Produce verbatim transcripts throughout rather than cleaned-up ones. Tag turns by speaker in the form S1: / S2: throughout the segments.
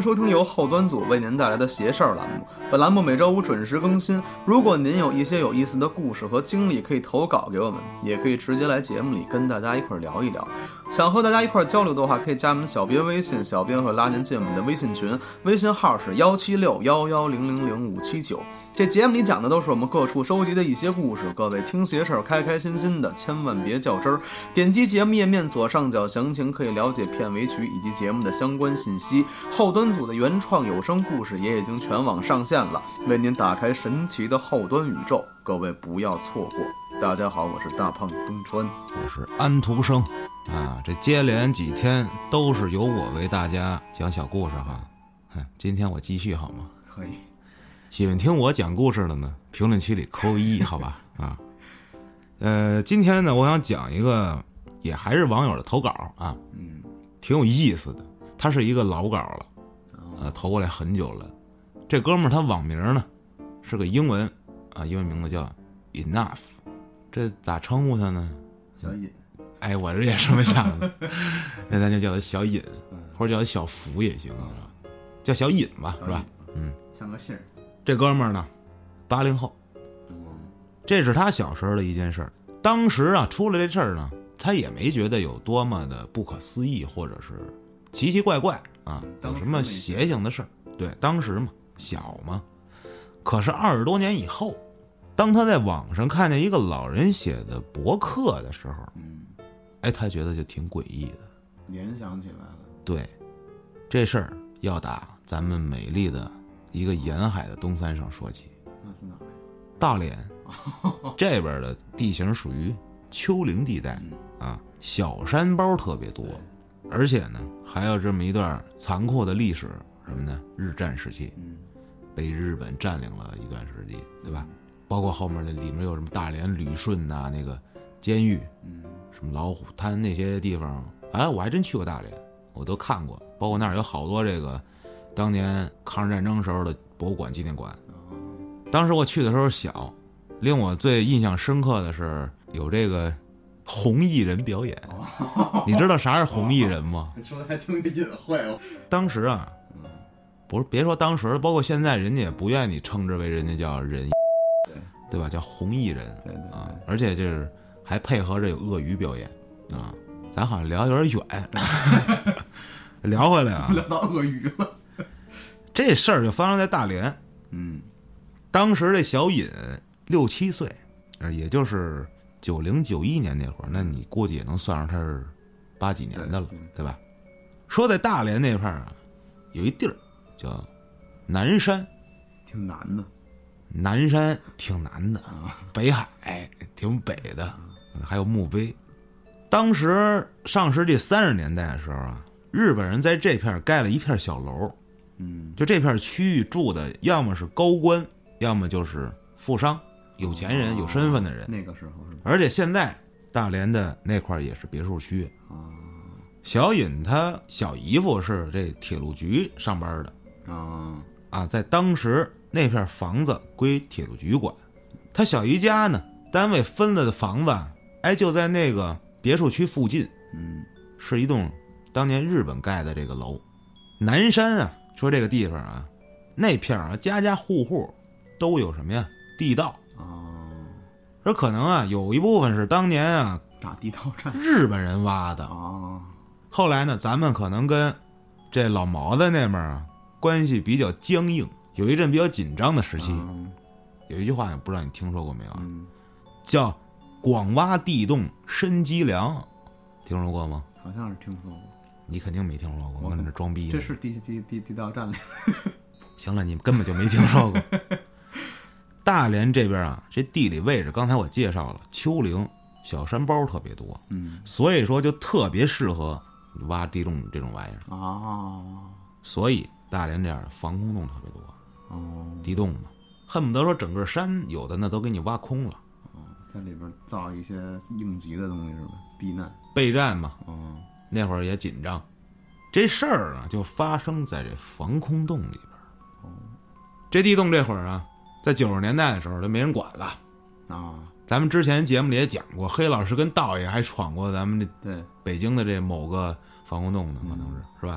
S1: 收听由后端组为您带来的邪事儿栏目。本栏目每周五准时更新。如果您有一些有意思的故事和经历，可以投稿给我们，也可以直接来节目里跟大家一块聊一聊。想和大家一块交流的话，可以加我们小编微信，小编会拉您进我们的微信群，微信号是幺七六幺幺零零零五七九。这节目里讲的都是我们各处收集的一些故事，各位听邪事儿开开心心的，千万别较真儿。点击节目页面左上角详情，可以了解片尾曲以及节目的相关信息。后端组的原创有声故事也已经全网上线了，为您打开神奇的后端宇宙，各位不要错过。大家好，我是大胖子东川，
S2: 我是安徒生啊。这接连几天都是由我为大家讲小故事哈。今天我继续好吗？
S1: 可以。
S2: 喜欢听我讲故事的呢，评论区里扣一，好吧？啊，呃，今天呢，我想讲一个，也还是网友的投稿啊，嗯，挺有意思的。他是一个老稿了，呃，投过来很久了。这哥们儿他网名呢是个英文啊，英文名字叫 Enough， 这咋称呼他呢？
S1: 小尹。哎，
S2: 我这也这么想的，那咱就叫他小尹，或者叫他小福也行，是吧？叫小尹吧，是吧？嗯，
S1: 像个姓儿。
S2: 这哥们儿呢，八零后，这是他小时候的一件事儿。当时啊，出了这事儿呢，他也没觉得有多么的不可思议，或者是奇奇怪怪啊，有什么邪性的事儿。对，当时嘛，小嘛。可是二十多年以后，当他在网上看见一个老人写的博客的时候，嗯，哎，他觉得就挺诡异的，
S1: 联想起来了。
S2: 对，这事儿要打咱们美丽的一个沿海的东三省说起。
S1: 那是哪？
S2: 大连这边的地形属于丘陵地带啊，小山包特别多，而且呢还有这么一段残酷的历史，什么呢？日战时期，被日本占领了一段时期，对吧？包括后面的里面有什么大连旅顺呐、啊，那个监狱，什么老虎滩那些地方，哎，我还真去过大连，我都看过，包括那儿有好多这个当年抗日战争时候的博物馆纪念馆。当时我去的时候小，令我最印象深刻的是有这个红衣人表演。你知道啥是红衣人吗？
S1: 你说的还挺隐晦哦。
S2: 当时啊，不是别说当时，包括现在人家也不愿意称之为人家叫人，对对吧？叫红衣人，
S1: 对对对
S2: 啊，而且就是还配合着有鳄鱼表演啊。咱好像聊有点远，聊回来啊，
S1: 聊到鳄鱼了。
S2: 这事儿就发生在大连，嗯。当时这小尹六七岁，也就是九零九一年那会儿，那你估计也能算上他是八几年的了， 对, 对吧？说在大连那块儿啊，有一地儿叫南山，
S1: 挺难的。
S2: 南山挺难的，北海挺北的，还有墓碑。当时上世纪三十年代的时候啊，日本人在这片盖了一片小楼，嗯，就这片区域住的要么是高官，要么就是富商、有钱人、有身份的人。
S1: 那个时候是，
S2: 而且现在大连的那块也是别墅区。小尹他小姨夫是这铁路局上班的啊啊，在当时那片房子归铁路局管，他小姨家呢，单位分了的房子，哎，就在那个别墅区附近，嗯，是一栋当年日本盖的这个楼。南山啊，说这个地方啊，那片啊，家家户户都有什么呀？地道啊，这可能啊，有一部分是当年啊
S1: 打地道战
S2: 日本人挖的啊。后来呢，咱们可能跟这老毛子那边啊关系比较僵硬，有一阵比较紧张的时期。嗯、有一句话，不知道你听说过没有？嗯、叫“广挖地洞深积粮”，听说过吗？
S1: 好像是听说过。
S2: 你肯定没听说过，我跟这装逼。
S1: 这是地地地地道战里。
S2: 行了，你根本就没听说过。大连这边啊，这地理位置刚才我介绍了，丘陵小山包特别多，嗯，所以说就特别适合挖地洞这种玩意儿啊。所以大连这样的防空洞特别多，哦，地洞嘛，恨不得说整个山有的那都给你挖空了，
S1: 哦，在里边造一些应急的东西是吧？避难、
S2: 备战嘛，哦，那会儿也紧张。这事儿呢，就发生在这防空洞里边。哦，这地洞这会儿啊，在九十年代的时候都没人管了啊。咱们之前节目里也讲过，黑老师跟道爷还闯过咱们这对北京的这某个防空洞呢，可能是、嗯、是吧？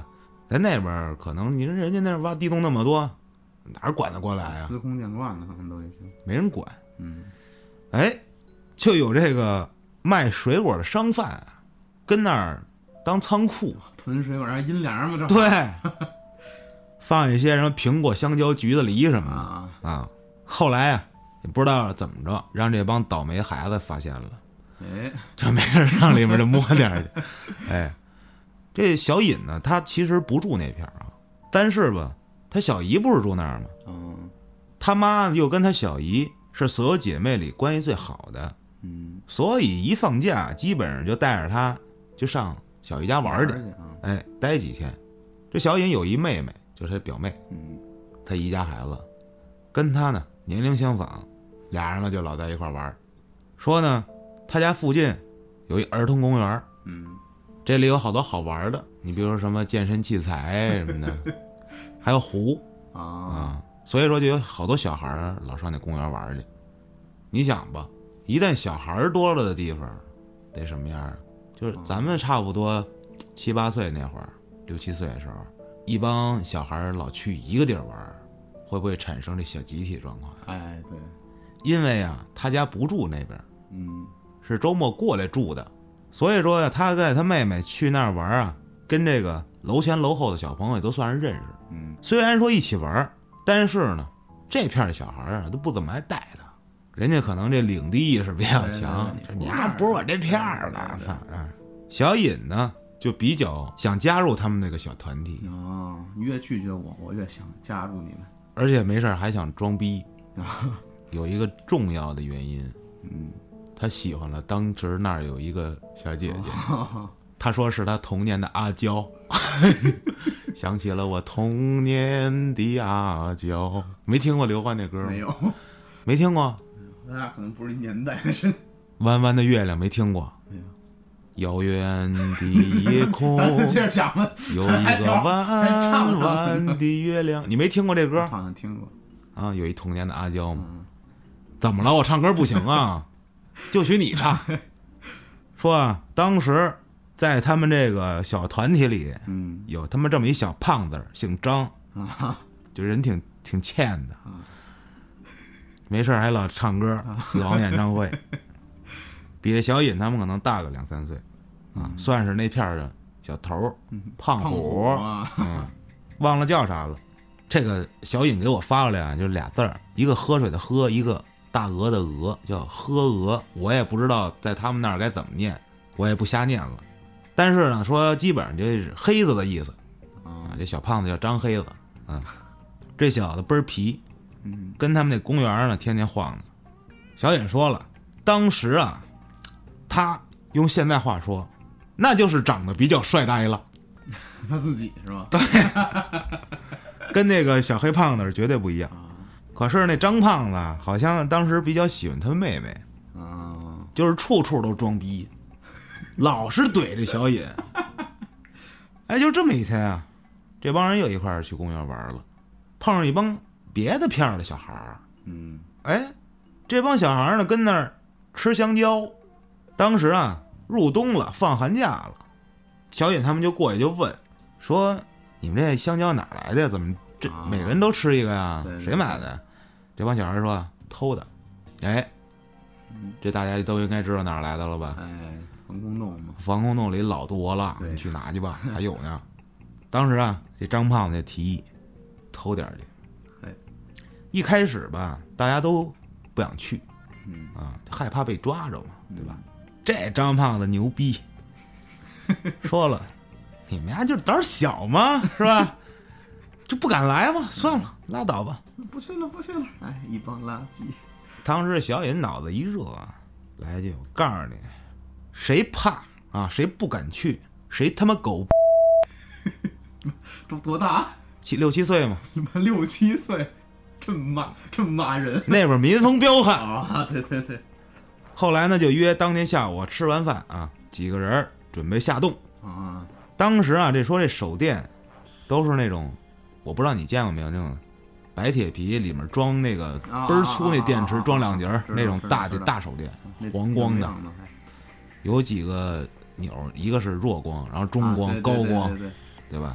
S2: 在那边可能你说人家那挖地洞那么多，哪儿管得过来啊？
S1: 司空见惯的，可能都已经
S2: 没人管。
S1: 嗯，
S2: 哎，就有这个卖水果的商贩啊，跟那儿当仓库
S1: 囤水果，然后阴凉嘛，这
S2: 对，放一些什么苹果、香蕉、橘子、梨什么的
S1: 啊,
S2: 啊。后来啊，也不知道怎么着，让这帮倒霉孩子发现了，
S1: 哎，
S2: 就没事上里面就摸点儿去。哎，这小尹呢，他其实不住那片儿啊，但是吧，他小姨不是住那儿吗？
S1: 嗯，
S2: 他妈又跟他小姨是所有姐妹里关系最好的，
S1: 嗯，
S2: 所以一放假基本上就带着他就上小姨家玩去，
S1: 去啊，
S2: 哎，待几天。这小尹有一妹妹，就是他表妹，
S1: 嗯，
S2: 他姨家孩子，跟他呢年龄相仿，俩人呢就老在一块玩。说呢，他家附近有一儿童公园，
S1: 嗯，
S2: 这里有好多好玩的，你比如说什么健身器材什么的，还有湖
S1: 啊
S2: 啊，所以说就有好多小孩老上那公园玩去。你想吧，一旦小孩多了的地方，得什么样？就是咱们差不多七八岁那会儿，六七岁的时候，一帮小孩老去一个地儿玩，会不会产生这小集体状况？
S1: 哎，对，
S2: 因为啊，他家不住那边，
S1: 嗯，
S2: 是周末过来住的，所以说呀，他在他妹妹去那儿玩啊，跟这个楼前楼后的小朋友也都算是认识。
S1: 嗯，
S2: 虽然说一起玩，但是呢，这片的小孩啊都不怎么爱带他，人家可能这领地意识比较强，
S1: 对对对
S2: 你丫不是我这片儿的，操！小尹呢就比较想加入他们那个小团体，
S1: 哦，你越拒绝我，我越想加入你们，
S2: 而且没事还想装逼。
S1: 啊，
S2: 有一个重要的原因，
S1: 嗯，
S2: 他喜欢了当时那儿有一个小姐姐，
S1: 哦，
S2: 他说是他童年的阿娇，想起了我童年的阿娇。没听过刘欢那歌吗？
S1: 没有，
S2: 没听过。
S1: 咱俩可能不是一年代的人，
S2: 弯弯的月亮没听过。
S1: 没有。
S2: 遥远的夜空
S1: 接着讲吧，
S2: 有一个弯弯的月亮，你没听过这歌？
S1: 好像听过
S2: 啊，有一童年的阿娇吗？
S1: 嗯，
S2: 怎么了？我唱歌不行啊？就许你唱。说啊，当时在他们这个小团体里，
S1: 嗯，
S2: 有他们这么一小胖子，姓张，
S1: 啊，
S2: 就人挺挺欠的，没事还老唱歌，死亡演唱会。比这小尹他们可能大个两三岁，啊，算是那片儿的小头儿，胖虎，
S1: 啊，
S2: 嗯，忘了叫啥了。这个小尹给我发过来啊，就是俩字儿，一个喝水的喝，一个大鹅的鹅，叫喝鹅。我也不知道在他们那儿该怎么念，我也不瞎念了。但是呢，说基本上这是黑子的意思啊。这小胖子叫张黑子，啊，这小子倍儿皮，
S1: 嗯，
S2: 跟他们那公园呢天天晃呢。小尹说了，当时啊，他用现在话说，那就是长得比较帅呆了。
S1: 他自己是吧？
S2: 对，跟那个小黑胖子是绝对不一样。可是那张胖子好像当时比较喜欢他妹妹，
S1: 啊，
S2: 就是处处都装逼，老是怼这小尹。哎，就这么一天啊，这帮人又一块儿去公园玩了，碰上一帮别的片儿的小孩儿。
S1: 嗯，
S2: 哎，这帮小孩儿呢跟那儿吃香蕉。当时啊，入冬了，放寒假了，小尹他们就过去就问，说你们这香蕉哪儿来的？怎么这每个人都吃一个呀？
S1: 对对对，
S2: 谁买的？这帮小孩说偷的。哎，这大家都应该知道哪儿来的了吧？
S1: 哎，防空洞嘛，
S2: 防空洞里老多了，
S1: 对
S2: 你去拿去吧，还有呢。当时啊，这张胖子就提议偷点去。
S1: 哎，
S2: 一开始吧，大家都不想去，
S1: 嗯
S2: 啊，害怕被抓着嘛，对吧？这张胖子牛逼，说了，你们家就是胆小吗？是吧？就不敢来吗？算了，拉倒吧，
S1: 不去了，不去了。哎，一帮垃圾。
S2: 当时小尹脑子一热啊，来句，我告诉你，谁怕啊，谁不敢去，谁他妈狗。
S1: 都多大？
S2: 七六七岁嘛，
S1: 六七岁，这么骂，这么骂人。
S2: 那边民风彪悍
S1: 啊！对对对。
S2: 后来呢，就约当天下午吃完饭啊，几个人准备下洞
S1: 啊。当
S2: 时啊，这说这手电都是那种，我不知道你见过没有，那种白铁皮里面装那个倍儿粗那电池，装两节那种大的大手电，黄光的，有几个钮，一个是弱光，然后中光、高光，对吧？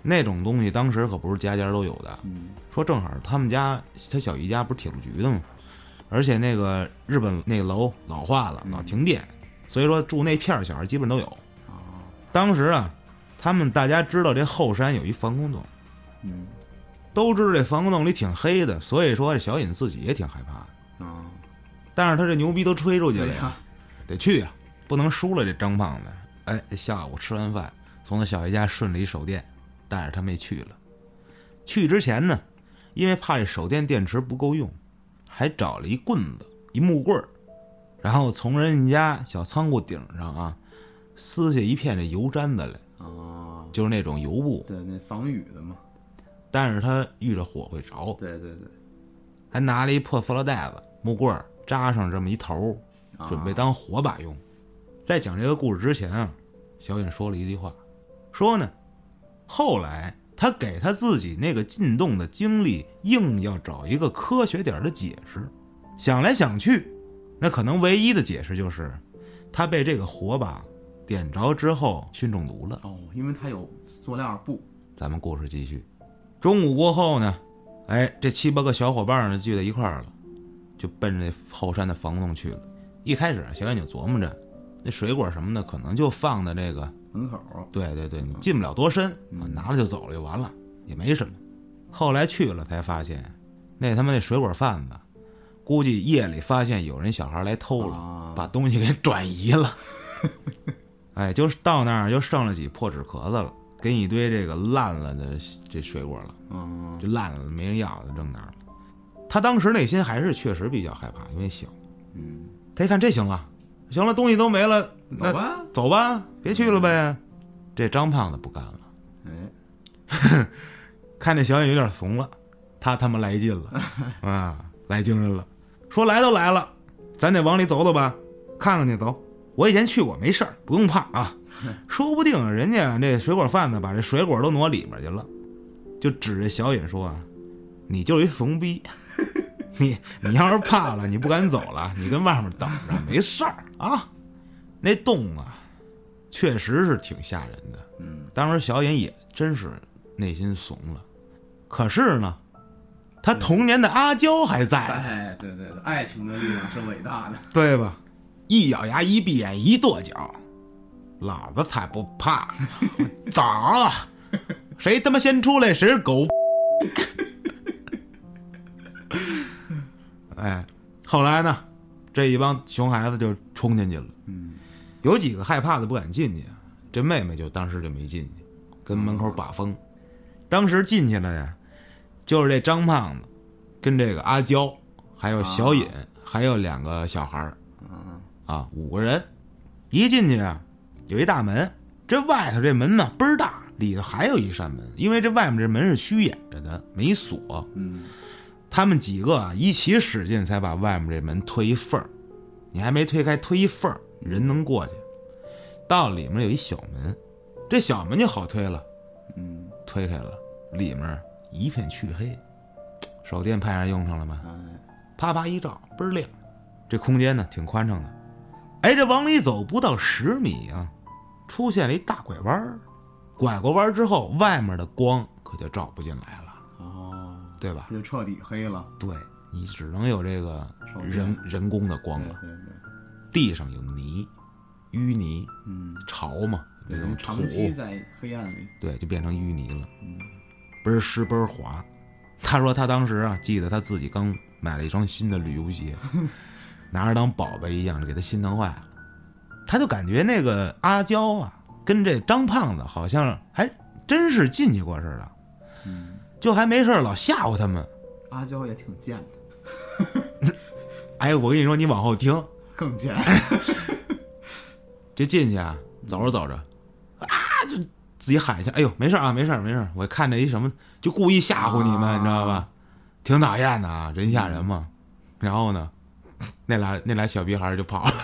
S2: 那种东西当时可不是家家都有的。
S1: 嗯，
S2: 说正好他们家他小姨家不是铁路局的吗？而且那个日本那楼老化了，老停电，所以说住那片儿小孩基本都有。
S1: 哦，
S2: 当时啊，他们大家知道这后山有一防空洞，
S1: 嗯，
S2: 都知道这防空洞里挺黑的，所以说这小尹自己也挺害怕的。
S1: 嗯，
S2: 但是他这牛逼都吹出去了呀，
S1: 对呀，
S2: 得去呀，不能输了这张胖子。哎，这下午吃完饭，从他小姨家顺了一手电，带着他妹去了。去之前呢，因为怕这手电电池不够用，还找了一棍子一木棍儿，然后从人家小仓库顶上啊撕下一片这油毡子来。
S1: 哦，
S2: 就是那种油布，
S1: 对，那防雨的嘛。
S2: 但是他遇着火会着。
S1: 对对对，
S2: 还拿了一破塑料袋子木棍儿扎上这么一头，准备当火把用。在讲这个故事之前啊，小尹说了一句话，说呢，后来他给他自己那个进洞的经历硬要找一个科学点的解释，想来想去，那可能唯一的解释就是他被这个火把点着之后熏中毒了。
S1: 哦，因为它有塑料布。
S2: 咱们故事继续。中午过后呢，哎，这七八个小伙伴呢聚在一块儿了，就奔着后山的防空洞去了。一开始小燕就琢磨着，那水果什么的可能就放在这个
S1: 门口。
S2: 对对对，你进不了多深，
S1: 嗯、
S2: 拿了就走了就完了，也没什么。后来去了才发现，那他妈那水果贩子估计夜里发现有人小孩来偷了，啊、把东西给转移了。哎，就是到那儿就剩了几破纸壳子了，给你一堆这个烂了的这水果了，
S1: 嗯，
S2: 就烂了没人要的扔那儿了。他当时内心还是确实比较害怕，因为小。
S1: 嗯，
S2: 他一看这行了，行了，东西都没了，那
S1: 走吧，
S2: 走吧，别去了呗。这张胖子不干了，
S1: 哎，
S2: 看这小野有点怂了，他他妈来劲了啊，来精神了，说来都来了，咱得往里走走吧，看看去，走。我以前去过，没事儿，不用怕啊。说不定人家这水果贩子把这水果都挪里面去了，就指着小尹说啊，你就是一怂逼，你你要是怕了，你不敢走了，你跟外面等着，没事儿啊。那洞啊，确实是挺吓人的。
S1: 嗯，
S2: 当时小尹也真是内心怂了，可是呢，他童年的阿娇还在。
S1: 哎，对对对，爱情的力量是伟大的，
S2: 对吧？一咬牙，一闭眼，一跺脚，老子才不怕！咋了？谁他妈先出来，谁是狗？哎，后来呢，这一帮熊孩子就冲进去了。
S1: 嗯，
S2: 有几个害怕的不敢进去，这妹妹就当时就没进去，跟门口把风。当时进去了呀，就是这张胖子，跟这个阿娇，还有小尹，啊、还有两个小孩儿。啊，五个人，一进去啊，有一大门，这外头这门呢倍儿大，里头还有一扇门，因为这外面这门是虚掩着的，没锁。
S1: 嗯，
S2: 他们几个啊一起使劲才把外面这门推一缝儿，你还没推开，推一缝儿，人能过去。到里面有一小门，这小门就好推了。
S1: 嗯，
S2: 推开了，里面一片黢黑，手电派上用上了吗？啪啪一照，倍儿亮。这空间呢挺宽敞的。哎，这往里走不到十米啊，出现了一大拐弯，拐过弯之后，外面的光可就照不进来了。
S1: 哦，
S2: 对吧？
S1: 就彻底黑了。
S2: 对，你只能有这个人人工的光了。
S1: 对对对，
S2: 地上有泥，淤泥，
S1: 嗯，
S2: 潮嘛，
S1: 那
S2: 种
S1: 长期在黑暗里，
S2: 对，就变成淤泥了。
S1: 嗯，
S2: 倍儿湿倍儿滑。他说他当时啊，记得他自己刚买了一双新的旅游鞋。拿着当宝贝一样，就给他心疼坏了。他就感觉那个阿娇啊，跟这张胖子好像还真是进去过似的，
S1: 嗯，
S2: 就还没事老吓唬他们。
S1: 阿娇也挺贱的。
S2: 哎，我跟你说，你往后听
S1: 更贱。
S2: 就进去啊，走着走着，啊，就自己喊一下，哎呦，没事啊，没事没事，我看着一什么，就故意吓唬你们，啊、你知道吧？挺讨厌的啊，人吓人嘛。然后呢？那俩那俩小逼孩就跑了，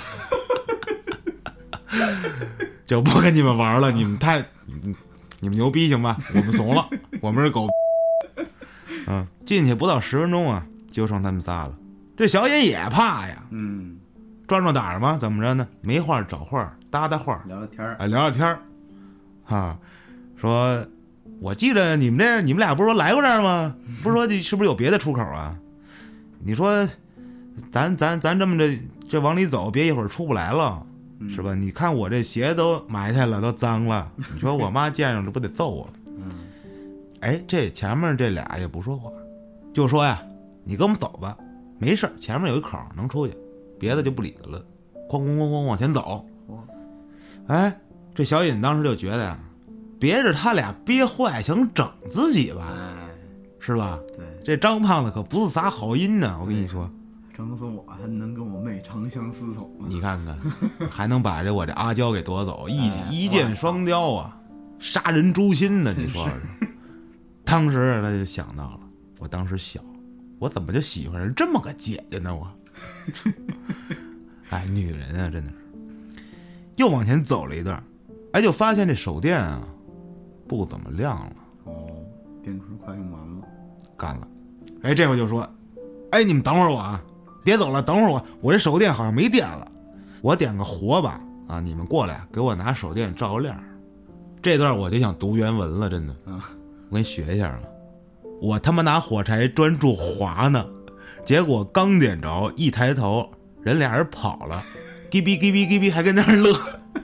S2: 就不跟你们玩了。你们太你们你们牛逼行吧？我们怂了，我们是狗。嗯，进去不到十分钟啊，就剩他们仨了。这小野也怕呀，
S1: 嗯，
S2: 壮壮胆儿吗？怎么着呢？没话找话，搭搭话，
S1: 聊聊天儿，
S2: 哎，聊聊天儿，啊，说我记得你们这你们俩不是说来过这儿吗？不是说是不是有别的出口啊？你说咱咱咱这么着这往里走，别一会儿出不来了，是吧？你看我这鞋都埋汰了，都脏了，你说我妈见着这不得揍我？哎，这前面这俩也不说话，就说呀，你跟我们走吧，没事，前面有一口能出去，别的就不理他了。哐哐哐哐往前走。哎，这小尹当时就觉得呀，别是他俩憋坏想整自己吧，是吧？
S1: 对，
S2: 这张胖子可不是啥好音呢，我跟你说。
S1: 整死我还能跟我妹长相厮守，
S2: 你看看，还能把这我这阿娇给夺走，一一箭双雕啊，杀人诛心呢，你说是？当时他就想到了，我当时小，我怎么就喜欢人这么个姐姐呢？我，哎，女人啊，真的是。又往前走了一段，哎，就发现这手电啊不怎么亮了。
S1: 哦，电池快用完了，
S2: 干了。哎，这回就说，哎，你们等会儿我啊，别走了，等会儿我，我这手电好像没电了，我点个火把啊，你们过来给我拿手电照个亮。这段我就想读原文了，真的。
S1: 啊，
S2: 我给你学一下吧。我他妈拿火柴专注划呢，结果刚点着，一抬头，人俩人跑了。叽哔叽哔叽哔还跟那儿乐，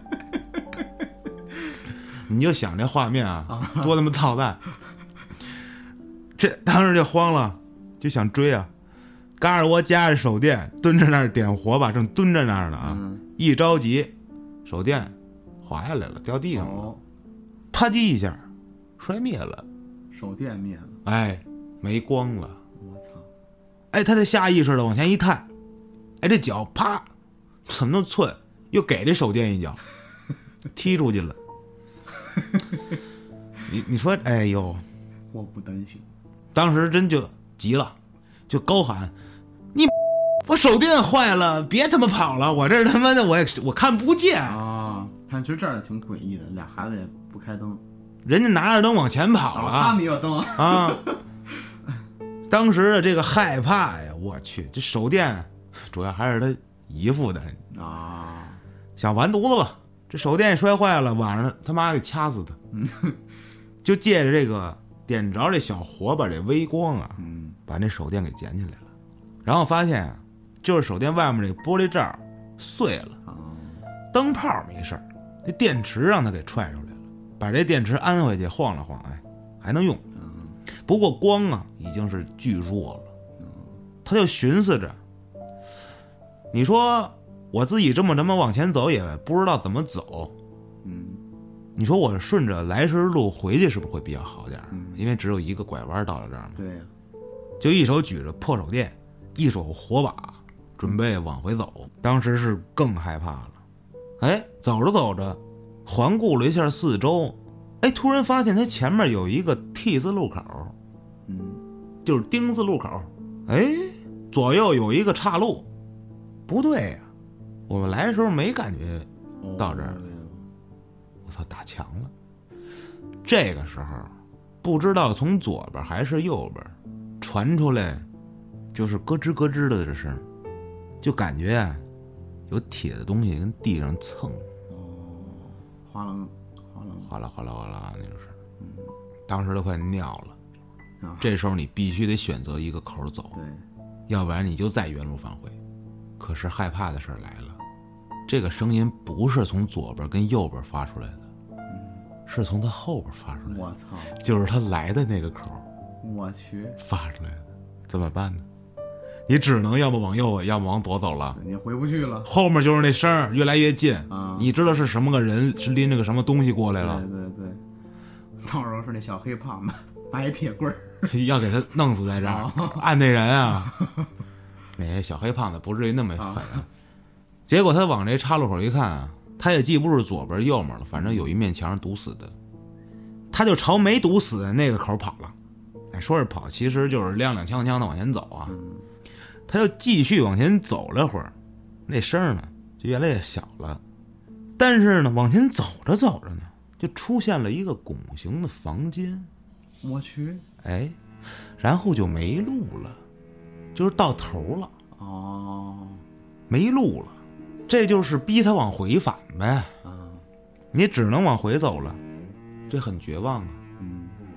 S2: 你就想这画面啊，多他妈操蛋！这当时就慌了，就想追啊。嘎尔窝夹着手电，蹲着那儿点火把，正蹲着那儿呢啊！嗯、一着急，手电滑下来了，掉地上了，哦、啪叽一下，摔灭了，
S1: 手电灭了，
S2: 哎，没光了。
S1: 我操！
S2: 哎，他这下意识的往前一探，哎，这脚啪。怎么那么寸，又给这手电一脚，踢出去了。你你说，哎呦，
S1: 我不担心。
S2: 当时真就急了，就高喊：“你我手电坏了，别他妈跑了！我这他妈的我也我看不见
S1: 啊！”看，其实这儿挺诡异的，俩孩子也不开灯，
S2: 人家拿着灯往前跑了，
S1: 他没有灯
S2: 啊。当时的这个害怕呀，我去，这手电主要还是他。姨夫的
S1: 啊，
S2: 想完犊子了，这手电摔坏了，晚上他妈得掐死他。嗯，就借着这个点着这小火把这微光啊，嗯，把那手电给捡起来了，然后发现就是手电外面这玻璃罩碎了，啊，灯泡没事儿，这电池让他给踹出来了，把这电池安回去晃了晃，哎，还能用。嗯，不过光啊已经是巨弱了，嗯，他就寻思着。你说我自己这么这么往前走也不知道怎么走，嗯，你说我顺着来时路回去是不是会比较好点？嗯，因为只有一个拐弯到了这儿嘛。
S1: 对呀，
S2: 就一手举着破手电，一手火把，准备往回走。当时是更害怕了。哎，走着走着，环顾了一下四周，哎，突然发现他前面有一个 T 字路口，嗯，就是丁字路口。哎，左右有一个岔路。不对呀、啊，我们来的时候没感觉到这儿。我操，打墙了！这个时候，不知道从左边还是右边传出来，就是咯吱咯吱的这声，就感觉啊，有铁的东西跟地上蹭。
S1: 哦，哗啦哗啦
S2: 哗啦哗啦哗啦那种声。嗯，当时都快尿了。啊、这时候你必须得选择一个口走，
S1: 对，
S2: 要不然你就再原路返回。可是害怕的事儿来了，这个声音不是从左边跟右边发出来的，嗯、是从他后边发出来的。
S1: 我操！
S2: 就是他来的那个口，
S1: 我去，
S2: 发出来的，怎么办呢？你只能要么往右，要么往左走了。
S1: 你回不去了。
S2: 后面就是那声越来越近，
S1: 啊、
S2: 你知道是什么个人，是拎着个什么东西过来了？
S1: 对对对，到时候是那小黑胖子，白铁棍儿，
S2: 要给他弄死在这儿，哦、按那人啊。那小黑胖子不至于那么狠啊！结果他往这岔路口一看啊，他也记不住左边右面了，反正有一面墙堵死的，他就朝没堵死的那个口跑了。哎，说是跑，其实就是踉踉跄跄的往前走啊。他就继续往前走了会儿，那声呢就越来越小了。但是呢，往前走着走着呢，就出现了一个拱形的房间。
S1: 我去，
S2: 哎，然后就没路了。就是到头了
S1: 哦，
S2: 没路了，这就是逼他往回返呗。啊，你只能往回走了，这很绝望啊。
S1: 嗯，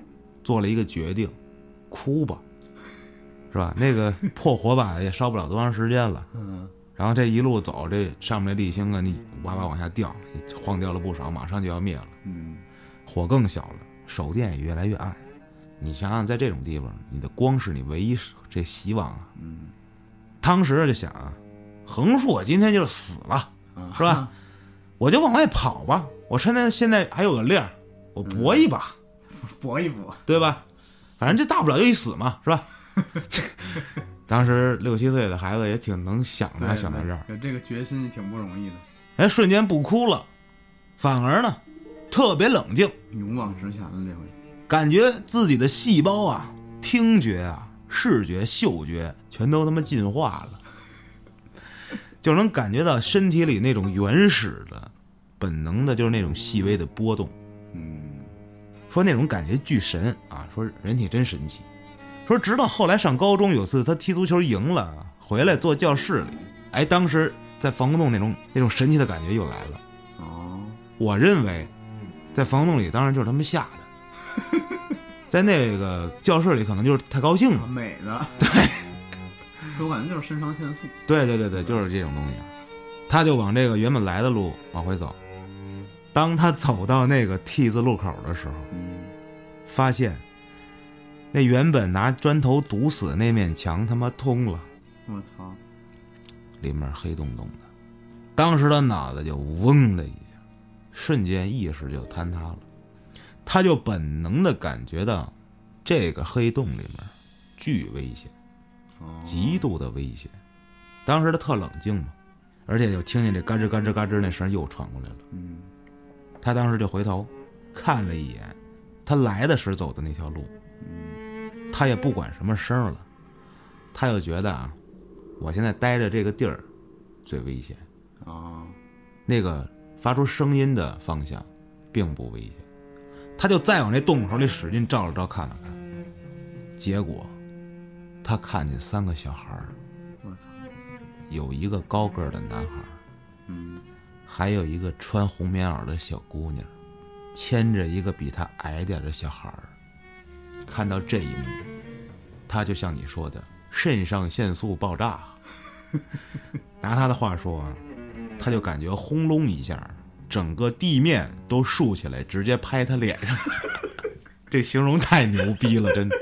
S2: 做了一个决定，哭吧，是吧？那个破火把也烧不了多长时间了。
S1: 嗯，
S2: 然后这一路走，这上面的沥青啊，你哇哇往下掉，晃掉了不少，马上就要灭了。
S1: 嗯，
S2: 火更小了，手电也越来越暗。你想想，在这种地方，你的光是你唯一这希望啊。
S1: 嗯，
S2: 当时就想啊，横竖我今天就是死了，是吧？
S1: 啊、
S2: 我就往外跑吧，我趁着现在还有个令儿，我搏一把，
S1: 嗯、搏一搏，
S2: 对吧？反正这大不了就一死嘛，是吧？当时六七岁的孩子也挺能想的，想到这儿，
S1: 有这个决心挺不容易的。
S2: 哎，瞬间不哭了，反而呢，特别冷静，
S1: 勇往直前了。这回
S2: 感觉自己的细胞啊、听觉啊、视觉、嗅觉全都他妈进化了，就能感觉到身体里那种原始的、本能的，就是那种细微的波动。
S1: 嗯，
S2: 说那种感觉巨神啊，说人体真神奇。说直到后来上高中有次他踢足球赢了，回来坐教室里，哎，当时在防空洞那种那种神奇的感觉又来了。
S1: 哦，
S2: 我认为在防空洞里当然就是他们吓的，在那个教室里可能就是太高兴了，
S1: 美的，
S2: 对，
S1: 我感觉就是肾上腺素。
S2: 对对对对，就是这种东西。他就往这个原本来的路往回走，当他走到那个 T 字路口的时候，
S1: 嗯，
S2: 发现那原本拿砖头堵死的那面墙他妈通了，
S1: 我操，
S2: 里面黑洞洞的。当时他脑子就嗡的一下，瞬间意识就坍塌了。他就本能的感觉到这个黑洞里面巨危险，极度的危险。当时他特冷静嘛，而且就听见这嘎吱嘎吱嘎吱那声又传过来了。
S1: 嗯，
S2: 他当时就回头看了一眼他来的时走的那条路，
S1: 嗯，
S2: 他也不管什么声了，他就觉得啊，我现在待着这个地儿最危险
S1: 啊，
S2: 那个发出声音的方向并不危险。他就再往这洞口里使劲照了照看了看，结果他看见三个小孩，
S1: 我操，
S2: 有一个高个的男孩，
S1: 嗯，
S2: 还有一个穿红棉袄的小姑娘，牵着一个比他矮点的小孩。看到这一幕，他就像你说的肾上腺素爆炸。拿他的话说啊，他就感觉轰隆一下，整个地面都竖起来，直接拍他脸上。这形容太牛逼了，真的，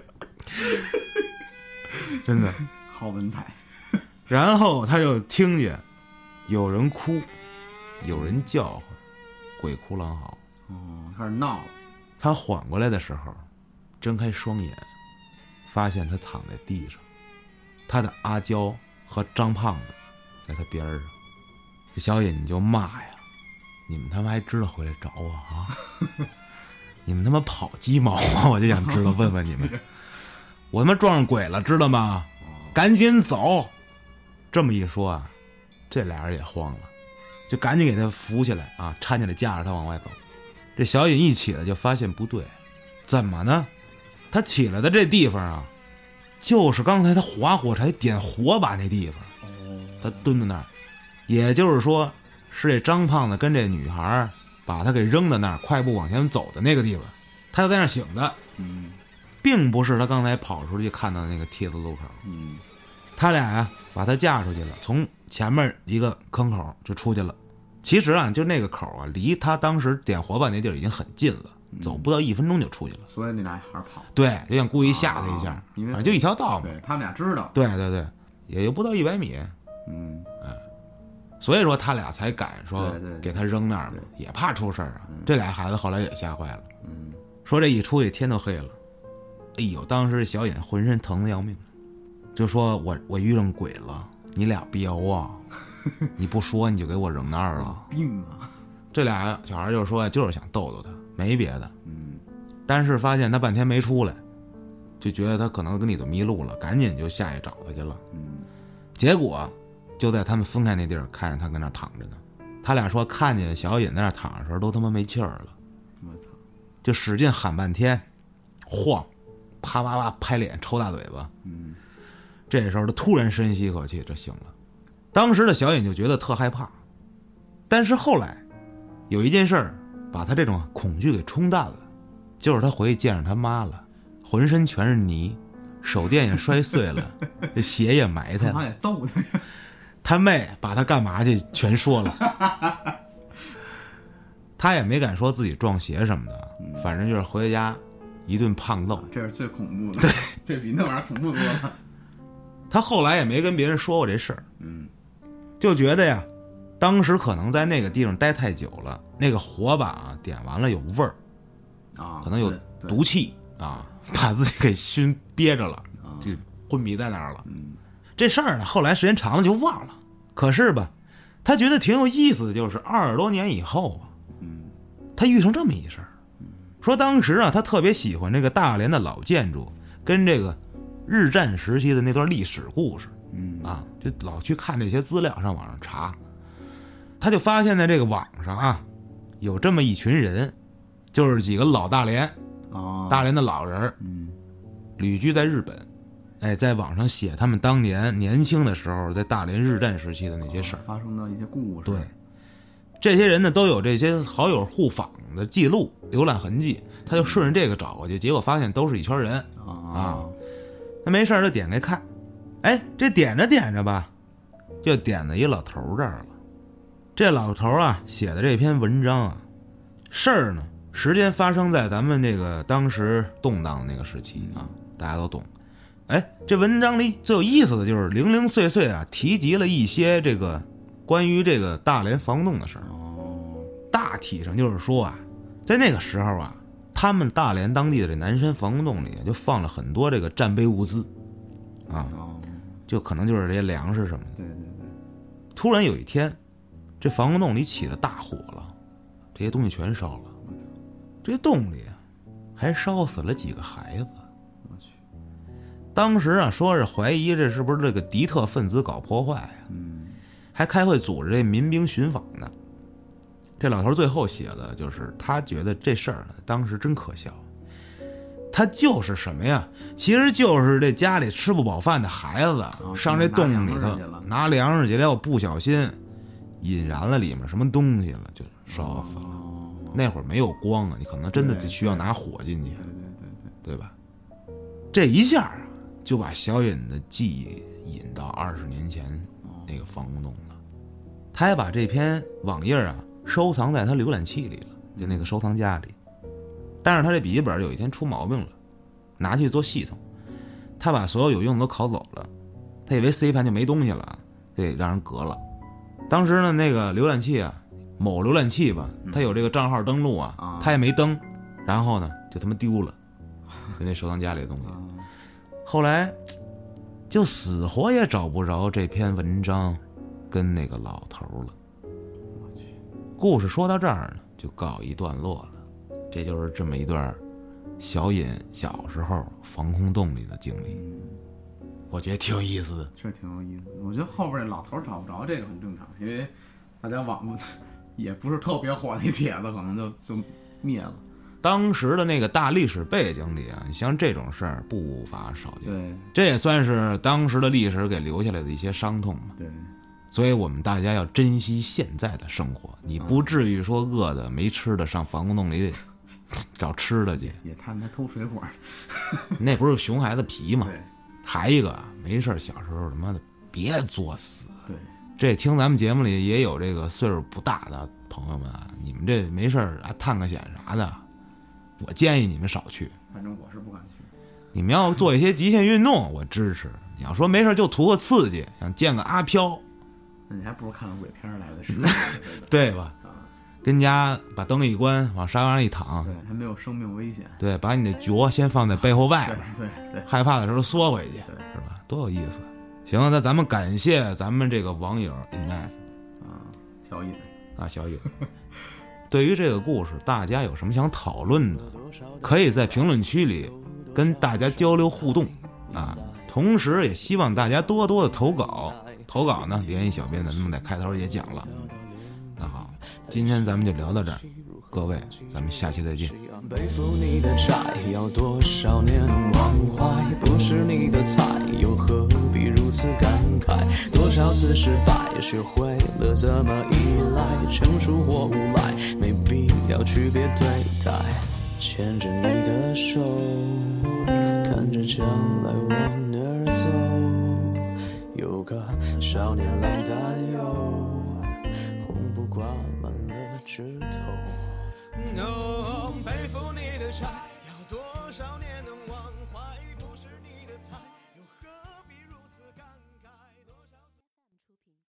S2: 真的
S1: 好文采。
S2: 然后他就听见有人哭，有人叫唤，鬼哭狼嚎。
S1: 哦，开始闹了。
S2: 他缓过来的时候，睁开双眼，发现他躺在地上，他的阿娇和张胖子在他边上。这小野你就骂呀，你们他妈还知道回来找我啊？你们他妈跑鸡毛啊！我就想知道问问你们，我他妈撞上鬼了，知道吗？赶紧走！这么一说啊，这俩人也慌了，就赶紧给他扶起来啊，搀起来架着他往外走。这小野一起来就发现不对，怎么呢？他起来的这地方啊，就是刚才他划火柴点火把那地方。他蹲在那儿，也就是说是这张胖子跟这女孩把他给扔在那儿，快步往前走的那个地方，他就在那儿醒的。
S1: 嗯，
S2: 并不是他刚才跑出去看到那个铁子路口。
S1: 嗯，
S2: 他俩呀、啊、把他架出去了，从前面一个坑口就出去了。其实啊，就那个口啊，离他当时点火把那地儿已经很近了，走不到一分钟就出去了。
S1: 所以那俩还是跑。
S2: 对，就想故意吓他一下，
S1: 因为
S2: 反正就一条道嘛。
S1: 对，他们俩知道。
S2: 对对对，也就不到一百米。
S1: 嗯，
S2: 哎，所以说他俩才敢说
S1: 对对对
S2: 给他扔那儿嘛，也怕出事儿啊。这俩孩子后来也吓坏了。
S1: 嗯，
S2: 说这一出去天都黑了，哎呦，当时小野浑身疼得要命，就说我我遇上鬼了，你俩彪啊！你不说你就给我扔那儿了，
S1: 病啊！
S2: 这俩小孩就说就是想逗逗他，没别的。
S1: 嗯，
S2: 但是发现他半天没出来，就觉得他可能跟里头迷路了，赶紧就下去找他去了。
S1: 嗯，
S2: 结果就在他们分开那地儿，看见他跟那儿躺着呢。他俩说看见小野在那儿躺着的时候，都他妈没气儿了。
S1: 我操！
S2: 就使劲喊半天，晃，啪啪啪拍脸，抽大嘴巴。
S1: 嗯，
S2: 这时候他突然深吸一口气，这醒了。当时的小野就觉得特害怕，但是后来有一件事儿把他这种恐惧给冲淡了。 就是他回去见着他妈了，浑身全是泥，手电也摔碎了，这鞋也埋汰了。
S1: 他妈也揍他呀！
S2: 他妹把他干嘛去全说了，他也没敢说自己撞鞋什么的，反正就是回家一顿胖揍。
S1: 这是最恐怖的，对，这比那玩意儿恐怖多了。
S2: 他后来也没跟别人说过这事儿，
S1: 嗯，
S2: 就觉得呀，当时可能在那个地方待太久了，那个火把啊点完了有味儿
S1: 啊，
S2: 可能有毒气啊，把自己给熏憋着了，就昏迷在那儿了。
S1: 嗯，
S2: 这事儿呢，后来时间长了就忘了。可是吧，他觉得挺有意思的，就是二十多年以后啊，
S1: 嗯，
S2: 他遇上这么一事儿，说当时啊，他特别喜欢这个大连的老建筑，跟这个日战时期的那段历史故事，
S1: 嗯
S2: 啊，就老去看这些资料，上网上查，他就发现在这个网上啊，有这么一群人，就是几个老大连，
S1: 啊，
S2: 大连的老人，
S1: 嗯，
S2: 旅居在日本，哎，在网上写他们当年年轻的时候在大连日战时期的那些事儿，
S1: 发生的一些故事。
S2: 对，这些人呢都有这些好友互访的记录、浏览痕迹，他就顺着这个找过去，结果发现都是一圈人啊。那没事就点开看，哎，这点着点着吧，就点到一老头这儿了。这老头啊写的这篇文章啊，事儿呢时间发生在咱们这个当时动荡的那个时期啊，大家都懂。哎，这文章里最有意思的就是零零碎碎啊提及了一些这个关于这个大连防冻的事儿。大体上就是说啊，在那个时候啊，他们大连当地的这南山防冻里就放了很多这个战备物资啊，就可能就是这些粮食什么的。
S1: 对对对。
S2: 突然有一天，这防冻里起了大火了，这些东西全烧了，这洞里啊还烧死了几个孩子。
S1: 我去！
S2: 当时啊说是怀疑这是不是这个敌特分子搞破坏呀、啊，
S1: 嗯，
S2: 还开会组织这民兵巡访呢。这老头最后写的就是他觉得这事儿当时真可笑，他就是什么呀？其实就是这家里吃不饱饭的孩子、哦、上这洞里头拿粮食去了，不小心引燃了里面什么东西了，就烧死了。哦、那会儿没有光啊，你可能真的需要拿火进去，对对对对，对吧？这一下啊，就把小尹的记忆引到二十年前那个防冻了。他还把这篇网页啊收藏在他浏览器里了，就那个收藏夹里。但是他这笔记本有一天出毛病了，拿去做系统，他把所有有用的都拷走了，他以为 C 盘就没东西了，对，让人革了。当时呢，那个浏览器啊，某浏览器吧，他有这个账号登录啊，他也没登，然后呢，就他妈丢了，就那收藏夹里的东西。后来就死活也找不着这篇文章跟那个老头了。故事说到这儿呢，就告一段落了。这就是这么一段小尹小时候防空洞里的经历，我觉得挺有意思的。
S1: 是挺有意思的。我觉得后边这老头找不着这个很正常，因为大家网络也不是特别火的帖子，可能就就灭了。
S2: 当时的那个大历史背景里啊，你像这种事儿不乏少见。
S1: 对，
S2: 这也算是当时的历史给留下来的一些伤痛嘛。
S1: 对。
S2: 所以我们大家要珍惜现在的生活，你不至于说饿的没吃的上防空洞里找吃的去。
S1: 也他们偷水果，
S2: 那不是熊孩子皮吗？
S1: 对。
S2: 还一个没事小时候他妈的别作死。
S1: 对。
S2: 这听咱们节目里也有这个岁数不大的朋友们啊，你们这没事啊探个险啥的，我建议你们少去。
S1: 反正我是不敢去。
S2: 你们要做一些极限运动，我支持。你要说没事就图个刺激，想见个阿飘。
S1: 那你还不如看鬼片来的是，
S2: 对吧？啊，跟家把灯一关，往沙发上一躺，
S1: 对，还没有生命危险。
S2: 对，把你的脚先放在背后外边，
S1: 对 对, 对，
S2: 害怕的时候缩回去，是吧？多有意思！行，那咱们感谢咱们这个网友 N F
S1: 啊，小尹
S2: 啊，小尹。对于这个故事，大家有什么想讨论的，可以在评论区里跟大家交流互动啊。同时也希望大家多多的投稿。投稿呢，联系小编，咱们在开头也讲了。那好，今天咱们就聊到这儿，各位，咱们下期再见。
S3: 背负你的债，要多少年能忘怀？不是你的菜，又何必如此感慨？多少次失败，学会了怎么依赖，成熟或无赖，没必要区别对待。 牵着你的手，看着将来往哪儿走。有个少年郎担忧，红布挂满了枝头。哦，背负你的柴，要多少年能